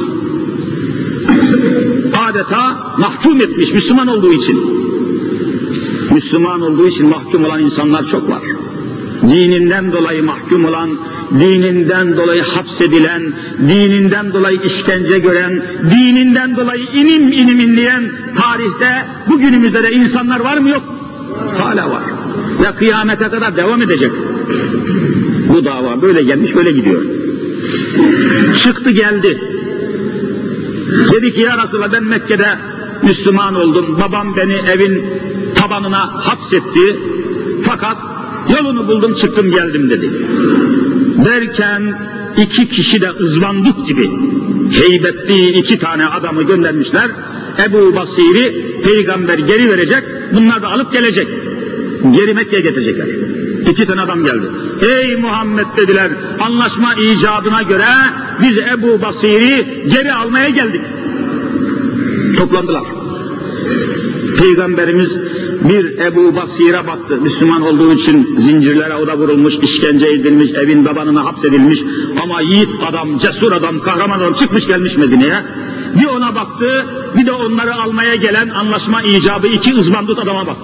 Adeta mahkum etmiş Müslüman olduğu için. Müslüman olduğu için mahkum olan insanlar çok var. Dininden dolayı mahkum olan, dininden dolayı hapsedilen, dininden dolayı işkence gören, dininden dolayı inim inim inleyen tarihte bugünümüzde de insanlar var mı yok? Hala var. Ve kıyamete kadar devam edecek. Bu dava böyle gelmiş, böyle gidiyor. Çıktı geldi. Dedi ki ya Resulallah, ben Mekke'de Müslüman oldum. Babam beni evin tabanına hapsetti. Fakat yolunu buldum, çıktım geldim dedi. Derken 2 kişi de ızbandut gibi heybetli 2 tane adamı göndermişler. Ebu Basir'i Peygamber geri verecek. Bunlar da alıp gelecek. Geri Mekke'ye getirecekler. 2 tane adam geldi. Ey Muhammed dediler, anlaşma icabına göre biz Ebu Basir'i geri almaya geldik. Toplandılar. Peygamberimiz bir Ebu Basir'e baktı. Müslüman olduğu için zincirlere o da vurulmuş, işkence edilmiş, evin tabanına hapsedilmiş. Ama yiğit adam, cesur adam, kahraman adam çıkmış gelmiş Medine'ye. Bir ona baktı, bir de onları almaya gelen anlaşma icabı 2 ızbandut adama baktı.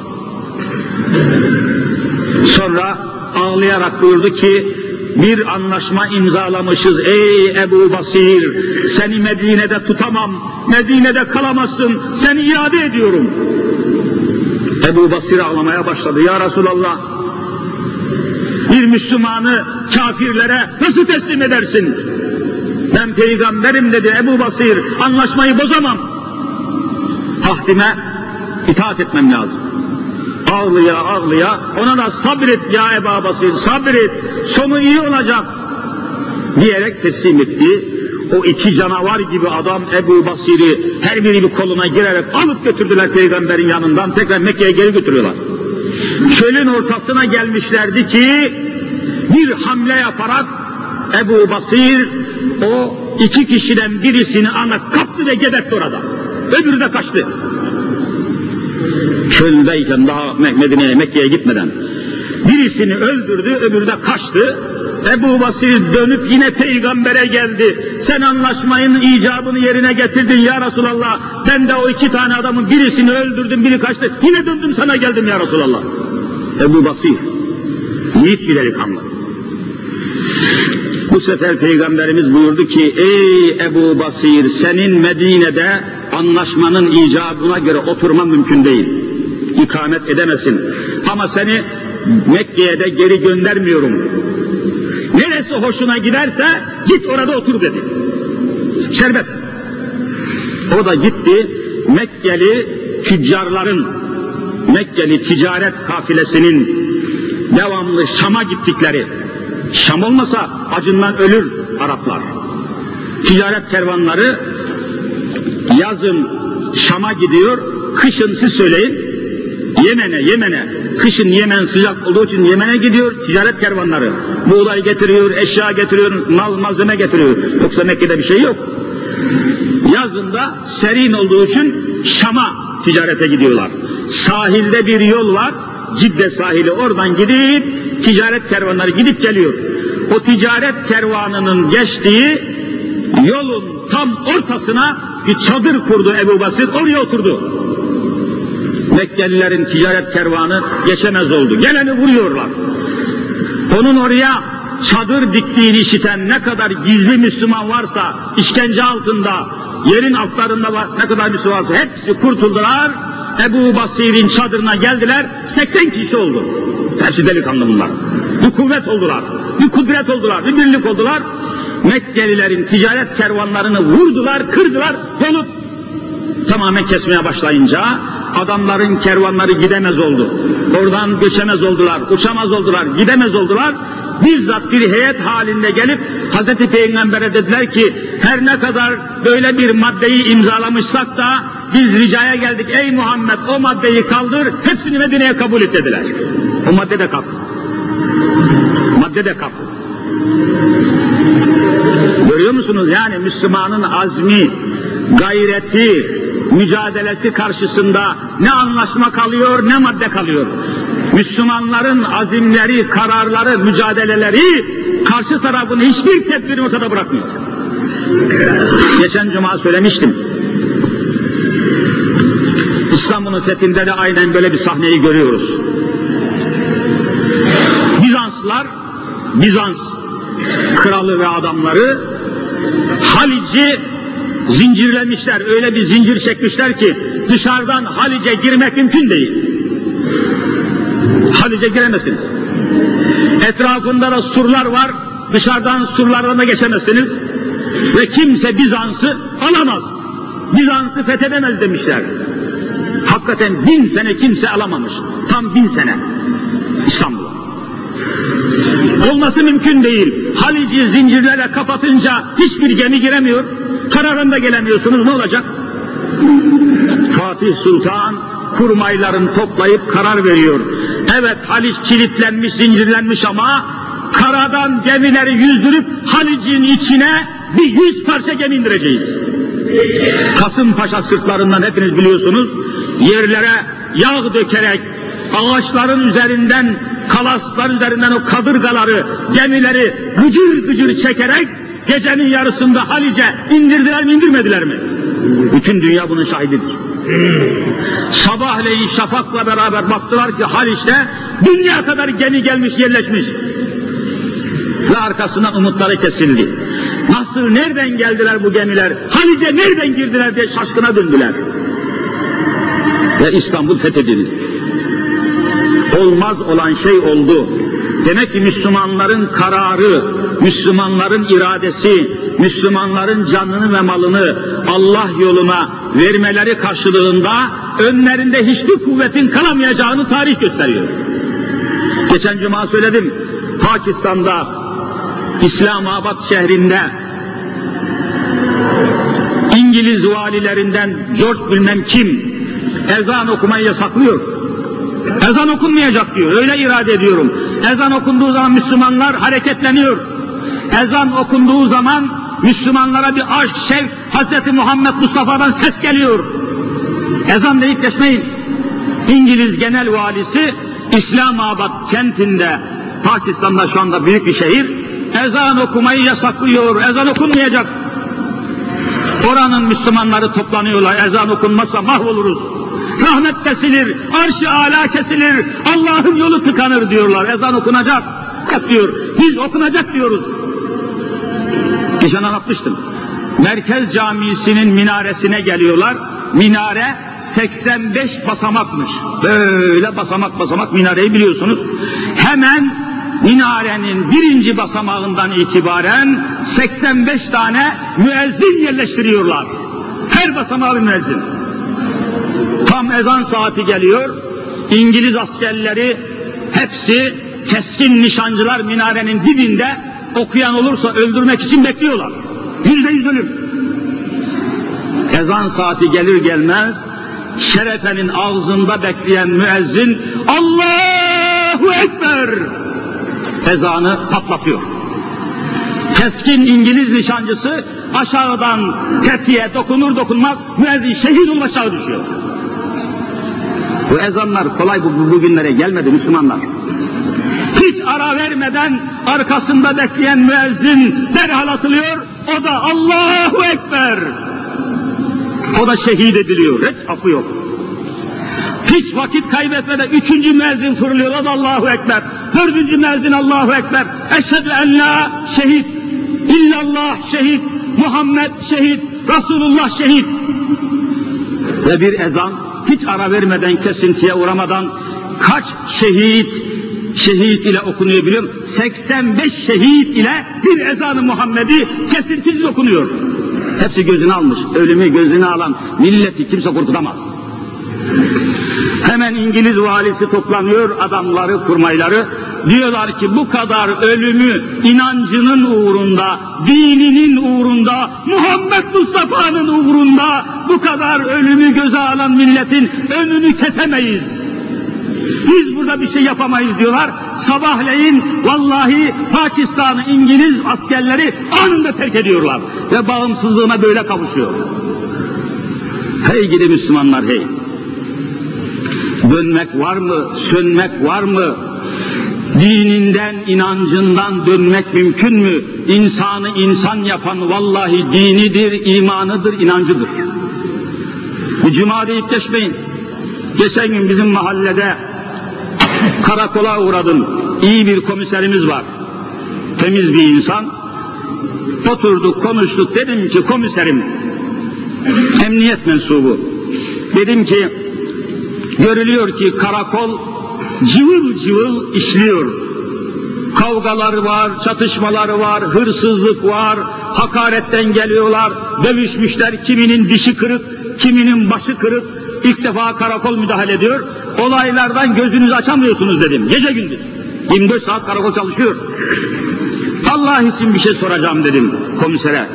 Sonra ağlayarak buyurdu ki, bir anlaşma imzalamışız ey Ebu Basir, seni Medine'de tutamam, Medine'de kalamazsın, seni iade ediyorum. Ebu Basir ağlamaya başladı. Ya Resulallah, bir Müslümanı kafirlere nasıl teslim edersin? Ben peygamberim dedi Ebu Basir, anlaşmayı bozamam. Tahdime itaat etmem lazım. Ağlıya ağlıya ona da sabret ya Ebu Basir, sabret, sonu iyi olacak diyerek teslim etti. O 2 canavar gibi adam Ebu Basir'i her biri bir koluna girerek alıp götürdüler Peygamberin yanından, tekrar Mekke'ye geri götürüyorlar. Çölün ortasına gelmişlerdi ki bir hamle yaparak Ebu Basir o 2 kişiden birisini kaptı ve gebertti orada. Öbürü de kaçtı. Çöldeyken daha Medine'ye, Mekke'ye gitmeden birisini öldürdü, öbürü de kaçtı. Ebu Basir dönüp yine Peygamber'e geldi. Sen anlaşmanın icabını yerine getirdin ya Resulallah. Ben de o 2 tane adamın birisini öldürdüm, biri kaçtı. Yine döndüm sana geldim ya Resulallah. Ebu Basir, yiğit bir delikanlı. Bu sefer Peygamberimiz buyurdu ki, ey Ebu Basir, senin Medine'de anlaşmanın icabına göre oturman mümkün değil. İkamet edemezsin. Ama seni Mekke'ye de geri göndermiyorum. Neresi hoşuna giderse git orada otur dedi. Serbest. O da gitti, Mekkeli tüccarların, Mekkeli ticaret kafilesinin devamlı Şam'a gittikleri, Şam olmasa acından ölür Araplar. Ticaret kervanları yazın Şam'a gidiyor, kışın siz söyleyin Yemen'e, kışın Yemen sıcak olduğu için Yemen'e gidiyor ticaret kervanları. Buğday getiriyor, eşya getiriyor, malzeme getiriyor. Yoksa Mekke'de bir şey yok. Yazında serin olduğu için Şam'a ticarete gidiyorlar. Sahilde bir yol var, Cidde sahili, oradan gidip ticaret kervanları gidip geliyor. O ticaret kervanının geçtiği yolun tam ortasına bir çadır kurdu Ebu Basir, oraya oturdu. Mekkelilerin ticaret kervanı geçemez oldu. Geleni vuruyorlar. Onun oraya çadır diktiğini işiten ne kadar gizli Müslüman varsa, işkence altında, yerin altlarında var, ne kadar Müslüman varsa hepsi kurtuldular. Ebu Basir'in çadırına geldiler, 80 kişi oldu. Hepsi delikanlı bunlar. Bir kuvvet oldular, bir kudret oldular, bir birlik oldular. Mekkelilerin ticaret kervanlarını vurdular, kırdılar, yolu tamamen kesmeye başlayınca adamların kervanları gidemez oldu. Oradan göçemez oldular, uçamaz oldular, gidemez oldular. Bizzat bir heyet halinde gelip Hazreti Peygamber'e dediler ki her ne kadar böyle bir maddeyi imzalamışsak da biz ricaya geldik, ey Muhammed o maddeyi kaldır, hepsini Medine'ye kabul et dediler. O madde de kalktı. Madde de kalktı. Görüyor musunuz yani Müslümanın azmi, gayreti, mücadelesi karşısında ne anlaşma kalıyor ne madde kalıyor. Müslümanların azimleri, kararları, mücadeleleri karşı tarafın hiçbir tedbirini ortada bırakmıyor. Geçen cuma söylemiştim. İstanbul'un fethinde de aynen böyle bir sahneyi görüyoruz. Bizans kralı ve adamları Halic'i zincirlemişler, öyle bir zincir çekmişler ki dışarıdan Halic'e girmek mümkün değil. Halic'e giremezsiniz. Etrafında da surlar var, dışarıdan surlardan da geçemezsiniz. Ve kimse Bizans'ı alamaz. Bizans'ı fethedemez demişler. Hakikaten 1000 sene kimse alamamış. Tam 1000 sene İstanbul'a. Olması mümkün değil. Halic'i zincirlerle kapatınca hiçbir gemi giremiyor. Kararında gelemiyorsunuz, ne olacak? Fatih Sultan kurmaylarını toplayıp karar veriyor. Evet Haliç kilitlenmiş, zincirlenmiş ama karadan gemileri yüzdürüp Halic'in içine bir 100 parça gemi indireceğiz. Kasımpaşa sırtlarından hepiniz biliyorsunuz, yerlere yağ dökerek, ağaçların üzerinden, kalasların üzerinden o kadırgaları, gemileri gıcır gıcır çekerek gecenin yarısında Halic'e indirdiler mi indirmediler mi? Bütün dünya bunun şahididir. Sabahleyin şafakla beraber baktılar ki Haliç'te dünya kadar gemi gelmiş, yerleşmiş. Ve arkasından umutları kesildi. Nasıl, nereden geldiler bu gemiler? Halic'e nereden girdiler diye şaşkına döndüler. Ve İstanbul fethedildi. Olmaz olan şey oldu. Demek ki Müslümanların kararı, Müslümanların iradesi, Müslümanların canını ve malını Allah yoluna vermeleri karşılığında önlerinde hiçbir kuvvetin kalamayacağını tarih gösteriyor. Geçen cuma söyledim, Pakistan'da, İslamabad şehrinde İngiliz valilerinden George bilmem kim ezan okumayı yasaklıyor. Ezan okunmayacak diyor, öyle irade ediyorum. Ezan okunduğu zaman Müslümanlar hareketleniyor. Ezan okunduğu zaman Müslümanlara bir aşk, şevk, Hz. Muhammed Mustafa'dan ses geliyor. Ezan deyip geçmeyin. İngiliz genel valisi İslamabad kentinde, Pakistan'da şu anda büyük bir şehir, ezan okumayı yasaklıyor, ezan okunmayacak. Oranın Müslümanları toplanıyorlar, ezan okunmazsa mahvoluruz. Rahmet kesilir, arş-ı âlâ kesilir, Allah'ın yolu tıkanır diyorlar, ezan okunacak diyor, biz okunacak diyoruz. Geçen anlatmıştım, Merkez Camisi'nin minaresine geliyorlar, minare 85 basamakmış. Böyle basamak basamak minareyi biliyorsunuz. Hemen minarenin birinci basamağından itibaren 85 tane müezzin yerleştiriyorlar. Her basamağı bir müezzin. Tam ezan saati geliyor. İngiliz askerleri hepsi keskin nişancılar minarenin dibinde, okuyan olursa öldürmek için bekliyorlar. %100 ölüm. Ezan saati gelir gelmez şerefenin ağzında bekleyen müezzin Allahu Ekber ezanı patlatıyor. Keskin İngiliz nişancısı aşağıdan tetiğe dokunur dokunmaz müezzin şehit olup aşağı düşüyor. Bu ezanlar kolay bugünlere gelmedi Müslümanlar. Hiç ara vermeden arkasında bekleyen müezzin derhal atılıyor, o da Allahu Ekber. O da şehit ediliyor, hiç affı yok. Hiç vakit kaybetmeden 3. müezzin fırlıyor, o da Allahu Ekber. 4. müezzin Allahu Ekber. Eşhedü en la şehit, illallah şehit, Muhammed şehit, Resulullah şehit. Ve bir ezan hiç ara vermeden, kesintiye uğramadan kaç şehit ile okunuyor biliyor musun? 85 şehit ile bir ezan-ı Muhammed'i kesintisiz okunuyor. Hepsi gözüne almış. Ölümü gözüne alan milleti kimse korkutamaz. Hemen İngiliz valisi toplanıyor, adamları, kurmayları. Diyorlar ki bu kadar ölümü inancının uğrunda, dininin uğrunda, Muhammed Mustafa'nın uğrunda bu kadar ölümü göze alan milletin önünü kesemeyiz. Biz burada bir şey yapamayız diyorlar. Sabahleyin vallahi Pakistan'ı İngiliz askerleri anında terk ediyorlar. Ve bağımsızlığına böyle kavuşuyor. Hey gidi Müslümanlar hey! Dönmek var mı? Sönmek var mı? Dininden, inancından dönmek mümkün mü? İnsanı insan yapan vallahi dinidir, imanıdır, inancıdır. Bu cuma deyip geçmeyin. Geçen gün bizim mahallede karakola uğradım. İyi bir komiserimiz var. Temiz bir insan. Oturduk, konuştuk. Dedim ki komiserim, emniyet mensubu. Dedim ki, görülüyor ki karakol cıvıl cıvıl işliyor. Kavgalar var, çatışmaları var, hırsızlık var, hakaretten geliyorlar, dövüşmüşler, kiminin dişi kırık, kiminin başı kırık. İlk defa karakol müdahale ediyor. Olaylardan gözünüzü açamıyorsunuz dedim. Gece gündüz. 24 saat karakol çalışıyor. Allah için bir şey soracağım dedim komisere.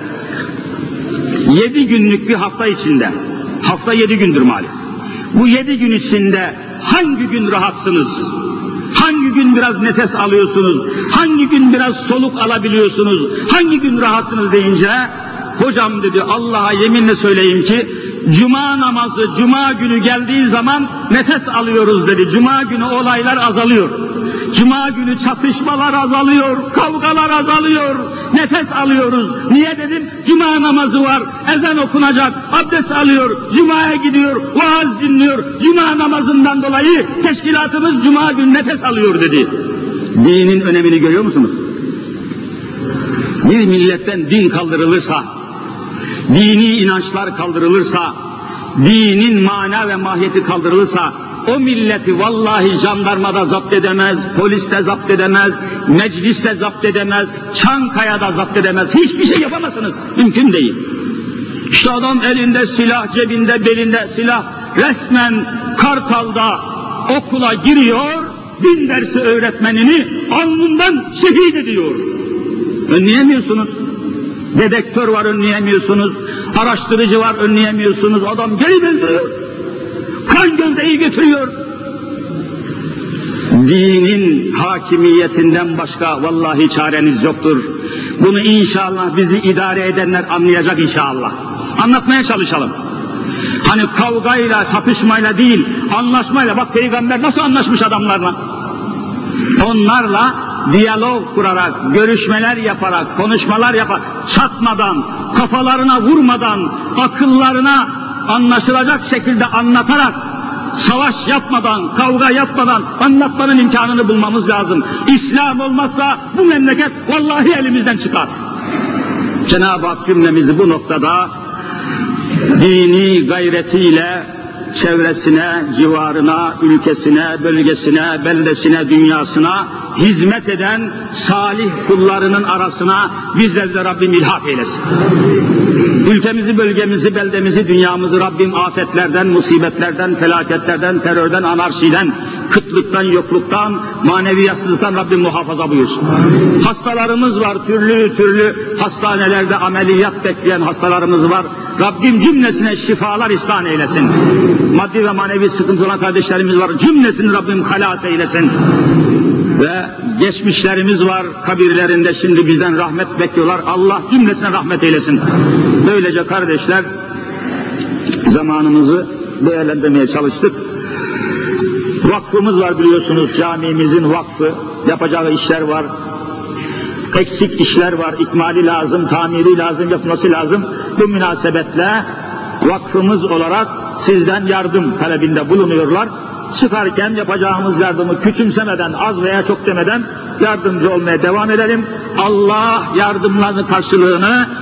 7 günlük bir hafta içinde, hafta 7 gündür malum. Bu 7 gün içinde hangi gün rahatsınız? Hangi gün biraz nefes alıyorsunuz? Hangi gün biraz soluk alabiliyorsunuz? Hangi gün rahatsınız deyince, hocam dedi Allah'a yeminle söyleyeyim ki Cuma namazı, Cuma günü geldiği zaman nefes alıyoruz dedi. Cuma günü olaylar azalıyor. Cuma günü çatışmalar azalıyor, kavgalar azalıyor, nefes alıyoruz. Niye dedim? Cuma namazı var, ezan okunacak, abdest alıyor, Cuma'ya gidiyor, vaaz dinliyor. Cuma namazından dolayı teşkilatımız Cuma günü nefes alıyor dedi. Dinin önemini görüyor musunuz? Bir milletten din kaldırılırsa, dini inançlar kaldırılırsa, dinin mana ve mahiyeti kaldırılırsa, o milleti vallahi jandarmada zapt edemez, poliste zapt edemez, mecliste zapt edemez, Çankaya'da zapt edemez, hiçbir şey yapamazsınız, mümkün değil. İşte adam elinde silah, cebinde, belinde silah, resmen Kartal'da okula giriyor, din dersi öğretmenini alnından şehit ediyor. Önleyemiyorsunuz. Dedektör var, önleyemiyorsunuz. Araştırıcı var, önleyemiyorsunuz. Adam geri bildiriyor. Kan gövdeyi götürüyor. Dinin hakimiyetinden başka vallahi çareniz yoktur. Bunu inşallah bizi idare edenler anlayacak inşallah. Anlatmaya çalışalım. Hani kavgayla, çatışmayla değil, anlaşmayla. Bak Peygamber nasıl anlaşmış adamlarla? Onlarla diyalog kurarak, görüşmeler yaparak, konuşmalar yaparak, çatmadan, kafalarına vurmadan, akıllarına anlaşılacak şekilde anlatarak, savaş yapmadan, kavga yapmadan anlatmanın imkanını bulmamız lazım. İslam olmazsa bu memleket vallahi elimizden çıkar. Cenab-ı Hak cümlemizi bu noktada dini gayretiyle, çevresine, civarına, ülkesine, bölgesine, beldesine, dünyasına hizmet eden salih kullarının arasına bizleri de Rabbim ilhak eylesin. Ülkemizi, bölgemizi, beldemizi, dünyamızı Rabbim afetlerden, musibetlerden, felaketlerden, terörden, anarşiden, kıtlıktan, yokluktan, maneviyatsızlıktan Rabbim muhafaza buyursun. Hastalarımız var, türlü türlü hastanelerde ameliyat bekleyen hastalarımız var. Rabbim cümlesine şifalar ihsan eylesin. Maddi ve manevi sıkıntı olan kardeşlerimiz var. Cümlesini Rabbim halas eylesin. Ve geçmişlerimiz var kabirlerinde, şimdi bizden rahmet bekliyorlar. Allah cümlesine rahmet eylesin. Böylece kardeşler zamanımızı değerlendirmeye çalıştık. Vakfımız var biliyorsunuz, camimizin vakfı, yapacağı işler var. Eksik işler var, ikmali lazım, tamiri lazım, yapılması lazım. Bu münasebetle vakfımız olarak sizden yardım talebinde bulunuyorlar. Çıkarken yapacağımız yardımı küçümsemeden, az veya çok demeden yardımcı olmaya devam edelim. Allah yardımlarının karşılığını